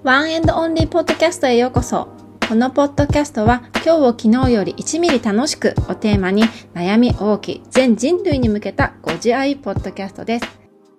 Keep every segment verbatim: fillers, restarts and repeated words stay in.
ワンエンドオンリーポッドキャストへようこそ。このポッドキャストは今日を昨日よりいちミリ楽しくをテーマに悩み多き全人類に向けたご自愛ポッドキャストです。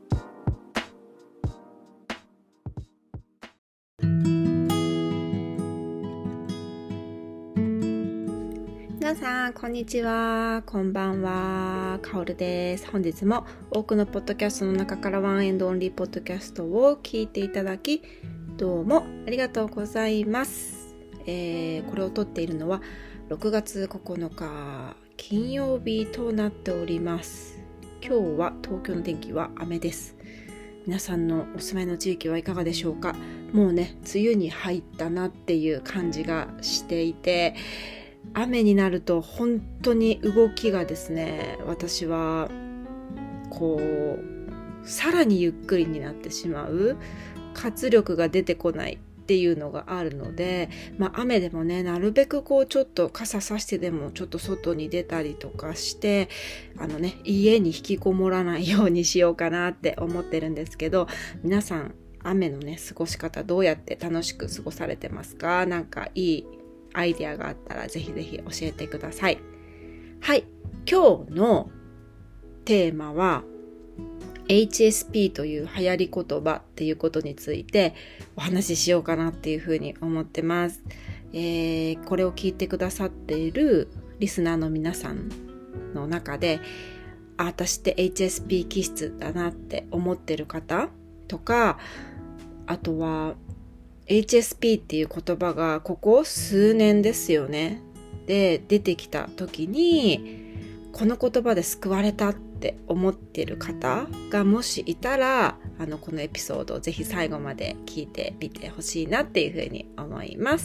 皆さんこんにちは、こんばんは、かおるです。本日も多くのポッドキャストの中からワンエンドオンリーポッドキャストを聞いていただきどうもありがとうございます。えー、これを撮っているのはろくがつここのか金曜日となっております。今日は東京の天気は雨です。皆さんのお住まいの地域はいかがでしょうか。もうね、梅雨に入ったなっていう感じがしていて、雨になると本当に動きがですね、私はこうさらにゆっくりになってしまう、活力が出てこないっていうのがあるので、まあ、雨でもね、なるべくこうちょっと傘さしてでもちょっと外に出たりとかして、あのね、家に引きこもらないようにしようかなって思ってるんですけど、皆さん雨のね過ごし方どうやって楽しく過ごされてますか？なんかいいアイデアがあったらぜひぜひ教えてください。はい、今日のテーマはエイチエスピー という流行り言葉っていうことについてお話ししようかなっていうふうに思ってます。えー、これを聞いてくださっているリスナーの皆さんの中で、あ、私って エイチエスピー 気質だなって思ってる方とか、あとは エイチエスピー っていう言葉がここ数年ですよね。で、出てきた時にこの言葉で救われたって思ってる方がもしいたら、あのこのエピソードをぜひ最後まで聞いてみてほしいなっていうふうに思います。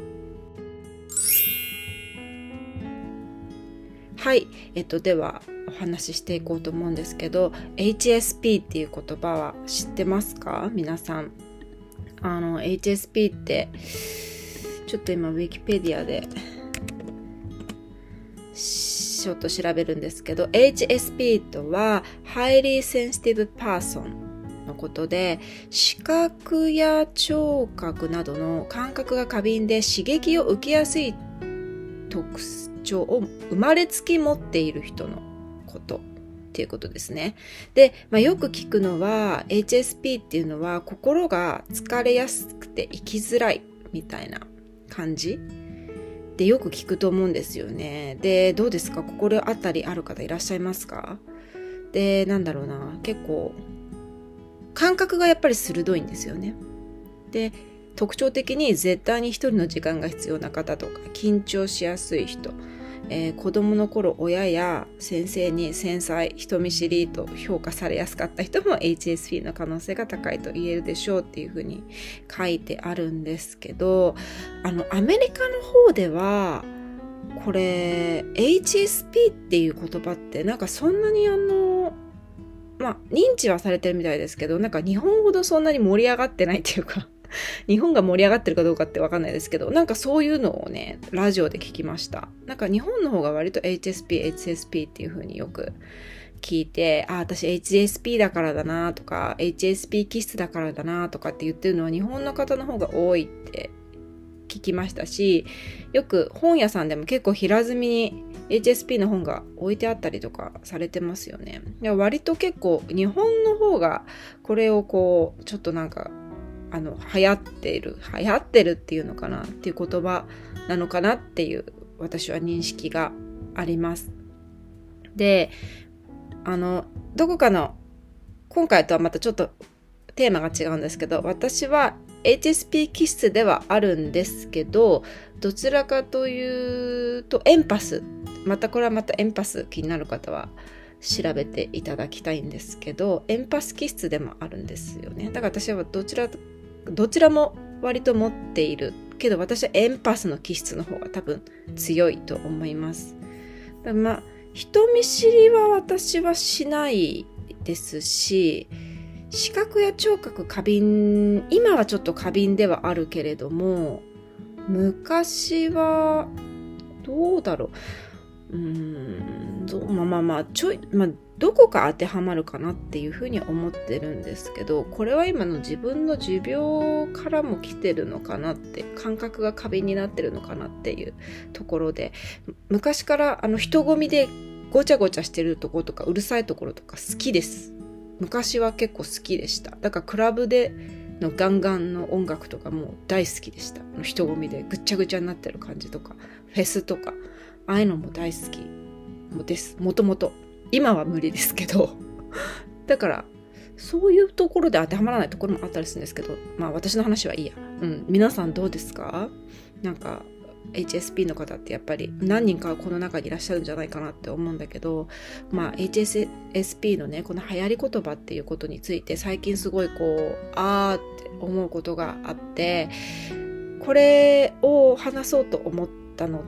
はい、えっとではお話ししていこうと思うんですけど、 エイチエスピー っていう言葉は知ってますか？皆さん。あの エイチエスピー ってちょっと今ウィキペディアでちょっと調べるんですけど、 エイチエスピー とは Highly Sensitive Person のことで、視覚や聴覚などの感覚が過敏で刺激を受けやすい特徴を生まれつき持っている人のことっていうことですね。で、まあ、よく聞くのは エイチエスピー っていうのは心が疲れやすくて生きづらいみたいな感じでよく聞くと思うんですよね。で、どうですか？心当たりある方いらっしゃいますか？で、なんだろうな、結構感覚がやっぱり鋭いんですよね。で、特徴的に絶対に一人の時間が必要な方とか、緊張しやすい人、えー、子供の頃親や先生に繊細、人見知りと評価されやすかった人も エイチエスピー の可能性が高いと言えるでしょうっていうふうに書いてあるんですけど、あのアメリカの方ではこれ エイチエスピー っていう言葉ってなんかそんなにあのまあ認知はされてるみたいですけど、なんか日本ほどそんなに盛り上がってないっていうか日本が盛り上がってるかどうかって分かんないですけど、なんかそういうのをねラジオで聞きました。なんか日本の方が割と エイチエスピー、エイチエスピー っていう風によく聞いて、あ、私 エイチエスピー だからだなとか エイチエスピー 気質だからだなとかって言ってるのは日本の方の方が多いって聞きましたし、よく本屋さんでも結構平積みに エイチエスピー の本が置いてあったりとかされてますよね。割と結構日本の方がこれをこうちょっとなんかあの流行っている流行ってるっていうのかなっていう言葉なのかなっていう私は認識があります。で、あのどこかの今回とはまたちょっとテーマが違うんですけど、私は エイチエスピー 気質ではあるんですけど、どちらかというとエンパス、またこれはまたエンパス気になる方は調べていただきたいんですけど、エンパス気質でもあるんですよね。だから私はどちらどちらも割と持っているけど、私はエンパスの気質の方が多分強いと思います。だまあ人見知りは私はしないですし、視覚や聴覚過敏、今はちょっと過敏ではあるけれども、昔はどうだろう、うーんどうまあまあまあちょい、まあ、 どこか当てはまるかなっていうふうに思ってるんですけど、これは今の自分の持病からも来てるのかなって、感覚が過敏になってるのかなっていうところで、昔からあの人混みでごちゃごちゃしてるところとかうるさいところとか好きです。昔は結構好きでした。だからクラブでのガンガンの音楽とかも大好きでした。人混みでぐっちゃぐちゃになってる感じとか、フェスとか、ああいうのも大好きです。もともと。今は無理ですけど。だから、そういうところで当てはまらないところもあったりするんですけど、まあ私の話はいいや。うん。皆さんどうですか？なんか、エイチエスピー の方ってやっぱり何人かこの中にいらっしゃるんじゃないかなって思うんだけど、まあ エイチエスピー のね、この流行り言葉っていうことについて最近すごいこう、あーって思うことがあって、これを話そうと思ったのって、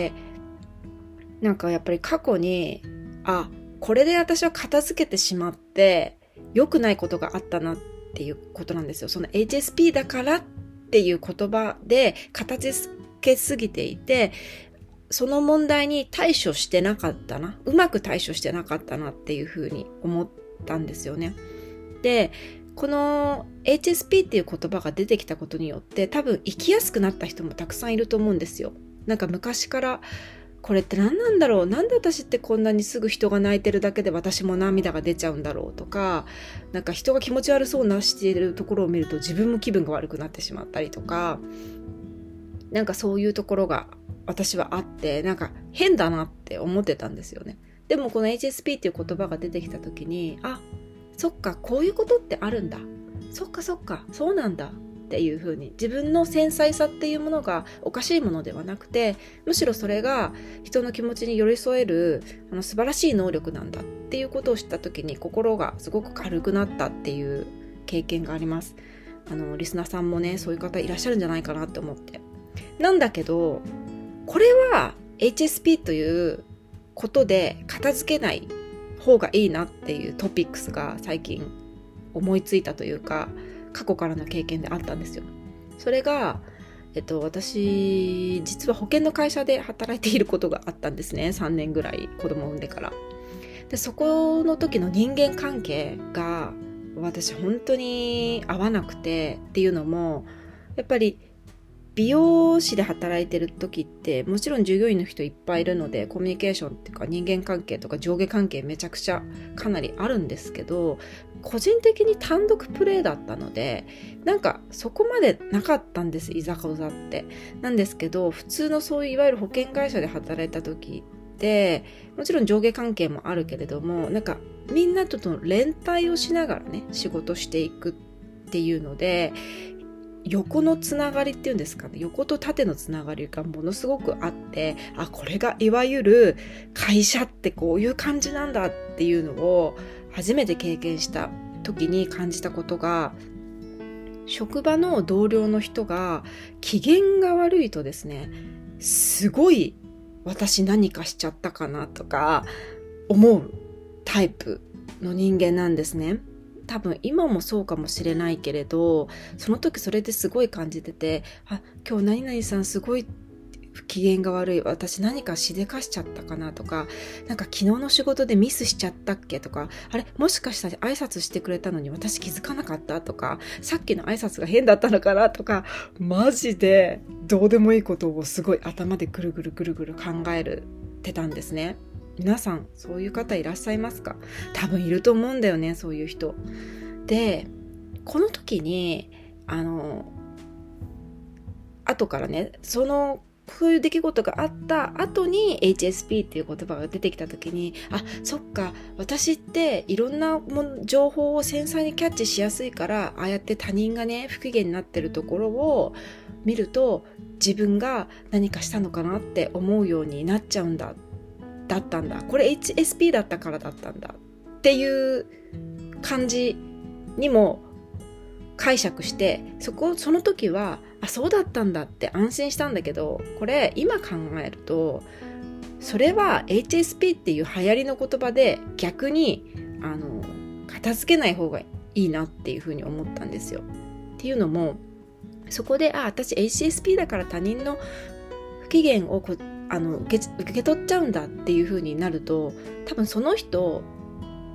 なんかやっぱり過去に、あ、これで私は片付けてしまって良くないことがあったなっていうことなんですよ。その エイチエスピー だからっていう言葉で片付けすぎていて、その問題に対処してなかったな、うまく対処してなかったなっていうふうに思ったんですよね。で、この エイチエスピー っていう言葉が出てきたことによって多分生きやすくなった人もたくさんいると思うんですよ。なんか昔からこれって何なんだろう、なんで私ってこんなにすぐ人が泣いてるだけで私も涙が出ちゃうんだろうとか、なんか人が気持ち悪そうなしているところを見ると自分も気分が悪くなってしまったりとか、なんかそういうところが私はあって、なんか変だなって思ってたんですよね。でもこの エイチエスピー っていう言葉が出てきた時に、あ、そっか、こういうことってあるんだ、そっかそっか、そうなんだっていう風に、自分の繊細さっていうものがおかしいものではなくて、むしろそれが人の気持ちに寄り添えるあの素晴らしい能力なんだっていうことを知った時に、心がすごく軽くなったっていう経験があります。あのリスナーさんもね、そういう方いらっしゃるんじゃないかなって思って。なんだけど、これは エイチエスピー ということで片付けない方がいいなっていうトピックスが最近思いついたというか、過去からの経験であったんですよ。それが、えっと、私実は保険の会社で働いていることがあったんですね。さんねんぐらい子供を産んでから。で、そこの時の人間関係が私本当に合わなくて、っていうのもやっぱり美容師で働いてる時ってもちろん従業員の人いっぱいいるので、コミュニケーションっていうか人間関係とか上下関係めちゃくちゃかなりあるんですけど、個人的に単独プレーだったのでなんかそこまでなかったんです、いざこざって。なんですけど、普通のそういういわゆる保険会社で働いた時ってもちろん上下関係もあるけれども、なんかみんなとの連帯をしながらね仕事していくっていうので、横のつながりっていうんですかね、横と縦のつながりがものすごくあって、あ、これがいわゆる会社ってこういう感じなんだっていうのを初めて経験した時に感じたことが、職場の同僚の人が機嫌が悪いとですね、すごい私何かしちゃったかなとか思うタイプの人間なんですね。多分今もそうかもしれないけれど、その時それですごい感じてて、あ、今日何々さんすごい機嫌が悪い、私何かしでかしちゃったかなとか、なんか昨日の仕事でミスしちゃったっけとか、あれもしかしたら挨拶してくれたのに私気づかなかったとか、さっきの挨拶が変だったのかなとか、マジでどうでもいいことをすごい頭でぐるぐるぐるぐる考えるてたんですね。皆さんそういう方いらっしゃいますか？多分いると思うんだよね、そういう人で。この時にあの後からね、そのそういう出来事があった後に エイチエスピー っていう言葉が出てきた時に、あ、そっか、私っていろんなも情報を繊細にキャッチしやすいから、ああやって他人がね不機嫌になってるところを見ると自分が何かしたのかなって思うようになっちゃうんだだったんだ、これ エイチエスピー だったからだったんだっていう感じにも解釈して、そこその時はあ、そうだったんだって安心したんだけど、これ今考えるとそれは エイチエスピー っていう流行りの言葉で逆にあの片付けない方がいいなっていうふうに思ったんですよ。っていうのも、そこであ、私 エイチエスピー だから他人の不機嫌をこあの受け、受け取っちゃうんだっていう風になると、多分その人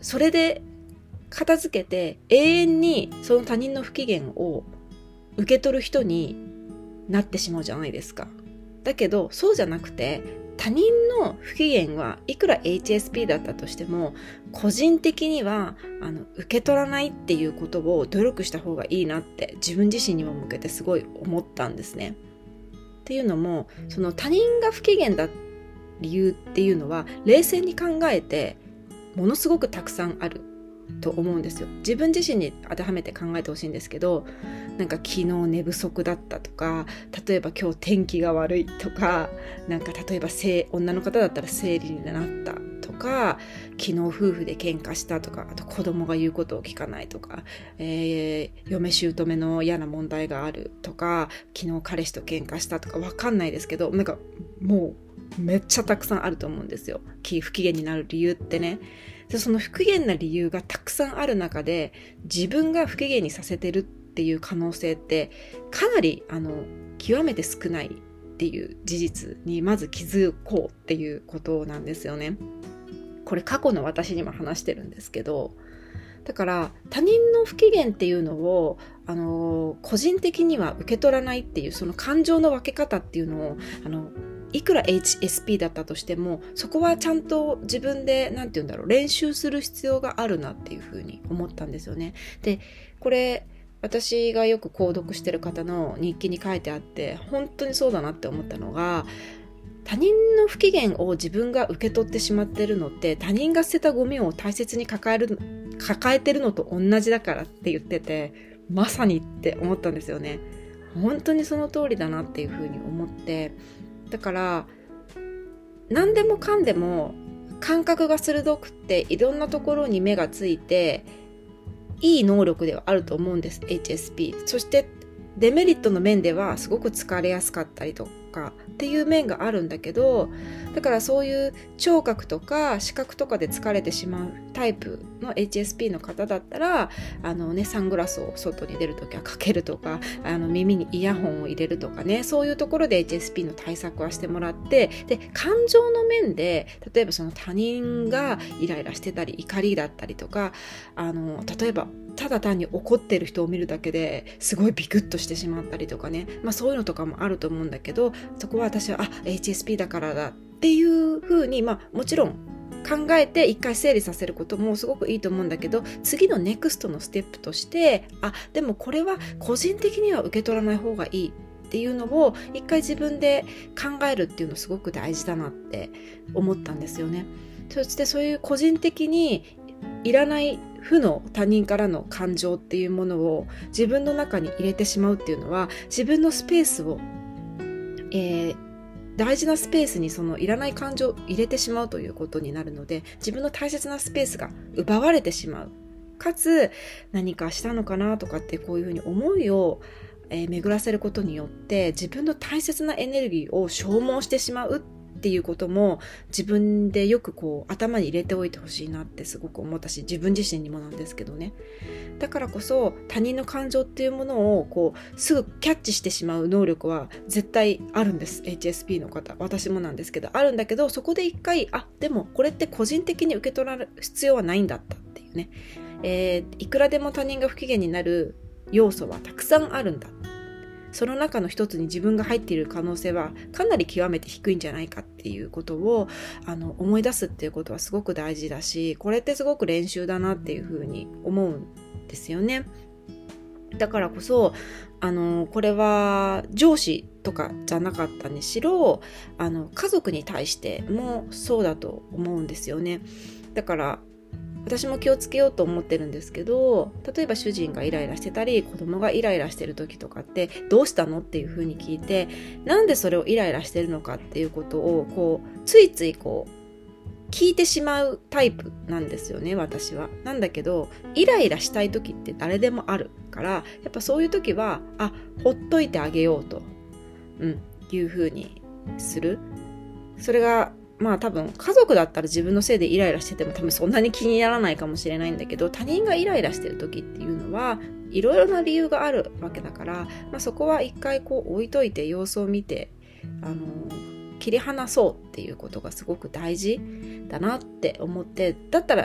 それで片付けて永遠にその他人の不機嫌を受け取る人になってしまうじゃないですか。だけどそうじゃなくて、他人の不機嫌はいくら エイチエスピー だったとしても個人的にはあの受け取らないっていうことを努力した方がいいなって自分自身にも向けてすごい思ったんですね。っていうのも、その他人が不機嫌だ理由っていうのは冷静に考えてものすごくたくさんあると思うんですよ。自分自身に当てはめて考えてほしいんですけど、なんか昨日寝不足だったとか、例えば今日天気が悪いとか、なんか例えば女の方だったら生理になったとか、昨日夫婦で喧嘩したとか、あと子供が言うことを聞かないとか、えー、嫁姑の嫌な問題があるとか、昨日彼氏と喧嘩したとか、わかんないですけど、なんかもうめっちゃたくさんあると思うんですよ。不機嫌になる理由ってね。でその不機嫌な理由がたくさんある中で、自分が不機嫌にさせてるっていう可能性ってかなりあの極めて少ないっていう事実にまず気づこうっていうことなんですよね。これ過去の私にも話してるんですけど、だから他人の不機嫌っていうのをあの個人的には受け取らないっていうその感情の分け方っていうのをあのいくら エイチエスピー だったとしても、そこはちゃんと自分でなんて言うんだろう練習する必要があるなっていうふうに思ったんですよね。でこれ私がよく購読してる方の日記に書いてあって本当にそうだなって思ったのが、他人の不機嫌を自分が受け取ってしまってるのって他人が捨てたゴミを大切に抱える抱えてるのと同じだからって言ってて、まさにって思ったんですよね。本当にその通りだなっていうふうに思って、だから何でもかんでも感覚が鋭くっていろんなところに目がついていい能力ではあると思うんです エイチエスピー。そしてデメリットの面ではすごく疲れやすかったりとかっていう面があるんだけど、だからそういう聴覚とか視覚とかで疲れてしまうタイプの エイチエスピー の方だったらあの、ね、サングラスを外に出るときはかけるとか、あの耳にイヤホンを入れるとかね、そういうところで エイチエスピー の対策はしてもらって、で感情の面で例えばその他人がイライラしてたり怒りだったりとか、あの例えばただ単に怒ってる人を見るだけですごいビクッとしてしまったりとかね、まあそういうのとかもあると思うんだけど、そこは私はあ エイチエスピー だからだっていうふうに、まあもちろん考えて一回整理させることもすごくいいと思うんだけど、次のネクストのステップとして、あでもこれは個人的には受け取らない方がいいっていうのを一回自分で考えるっていうのすごく大事だなって思ったんですよね。そしてそういう個人的にいらない負の他人からの感情っていうものを自分の中に入れてしまうっていうのは、自分のスペースを、えー、大事なスペースにそのいらない感情を入れてしまうということになるので、自分の大切なスペースが奪われてしまう。かつ何かしたのかなとかってこういうふうに思いを、えー、巡らせることによって自分の大切なエネルギーを消耗してしまうっていうことも自分でよくこう頭に入れておいてほしいなってすごく思ったし、自分自身にもなんですけどね。だからこそ他人の感情っていうものをこうすぐキャッチしてしまう能力は絶対あるんです。 エイチエスピー の方、私もなんですけどあるんだけど、そこで一回あでもこれって個人的に受け取られる必要はないんだったっていうね、えー、いくらでも他人が不機嫌になる要素はたくさんあるんだ、その中の一つに自分が入っている可能性はかなり極めて低いんじゃないかっていうことをあの思い出すっていうことはすごく大事だし、これってすごく練習だなっていうふうに思うんですよね。だからこそあのこれは上司とかじゃなかったにしろ、あの家族に対してもそうだと思うんですよね。だから私も気をつけようと思ってるんですけど、例えば主人がイライラしてたり子供がイライラしてる時とかってどうしたのっていう風に聞いて、なんでそれをイライラしてるのかっていうことをこうついついこう聞いてしまうタイプなんですよね、私は。なんだけどイライラしたい時って誰でもあるから、やっぱそういう時はあほっといてあげようと、うん、いう風にする。それがまあ多分家族だったら自分のせいでイライラしてても多分そんなに気にならないかもしれないんだけど、他人がイライラしてる時っていうのはいろいろな理由があるわけだから、まあ、そこは一回こう置いといて様子を見て、あの切り離そうっていうことがすごく大事だなって思って、だったら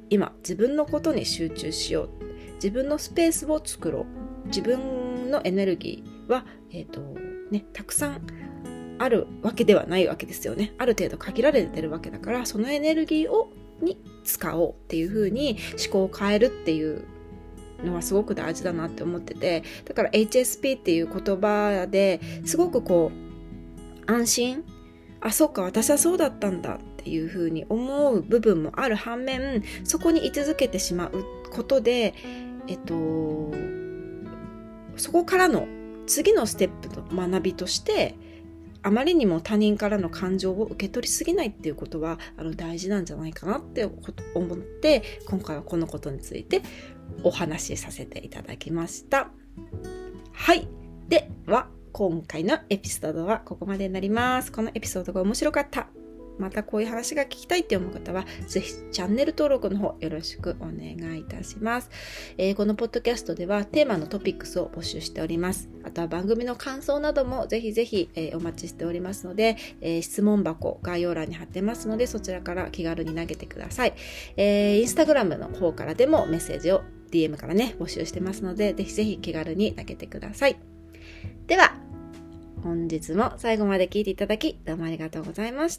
今自分のことに集中しよう、自分のスペースを作ろう、自分のエネルギーは、えーとね、たくさんあるわけではないわけですよね。ある程度限られてるわけだから、そのエネルギーをに使おうっていう風に思考を変えるっていうのはすごく大事だなって思ってて、だから エイチエスピー っていう言葉ですごくこう安心、あ、そうか私はそうだったんだっていう風に思う部分もある反面、そこに居続けてしまうことで、えっとそこからの次のステップの学びとして、あまりにも他人からの感情を受け取りすぎないっていうことはあの大事なんじゃないかなって思って、今回はこのことについてお話しさせていただきました。はい。では、今回のエピソードはここまでになります。このエピソードが面白かった、またこういう話が聞きたいって思う方は、ぜひチャンネル登録の方よろしくお願いいたします。えー、このポッドキャストではテーマのトピックスを募集しております。あとは番組の感想などもぜひぜひ、えー、お待ちしておりますので、えー、質問箱概要欄に貼ってますので、そちらから気軽に投げてください。えー、インスタグラムの方からでもメッセージを ディーエム からね募集してますので、ぜひぜひ気軽に投げてください。では本日も最後まで聞いていただきどうもありがとうございました。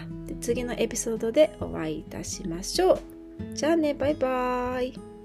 で、次のエピソードでお会いいたしましょう。じゃあね、バイバーイ。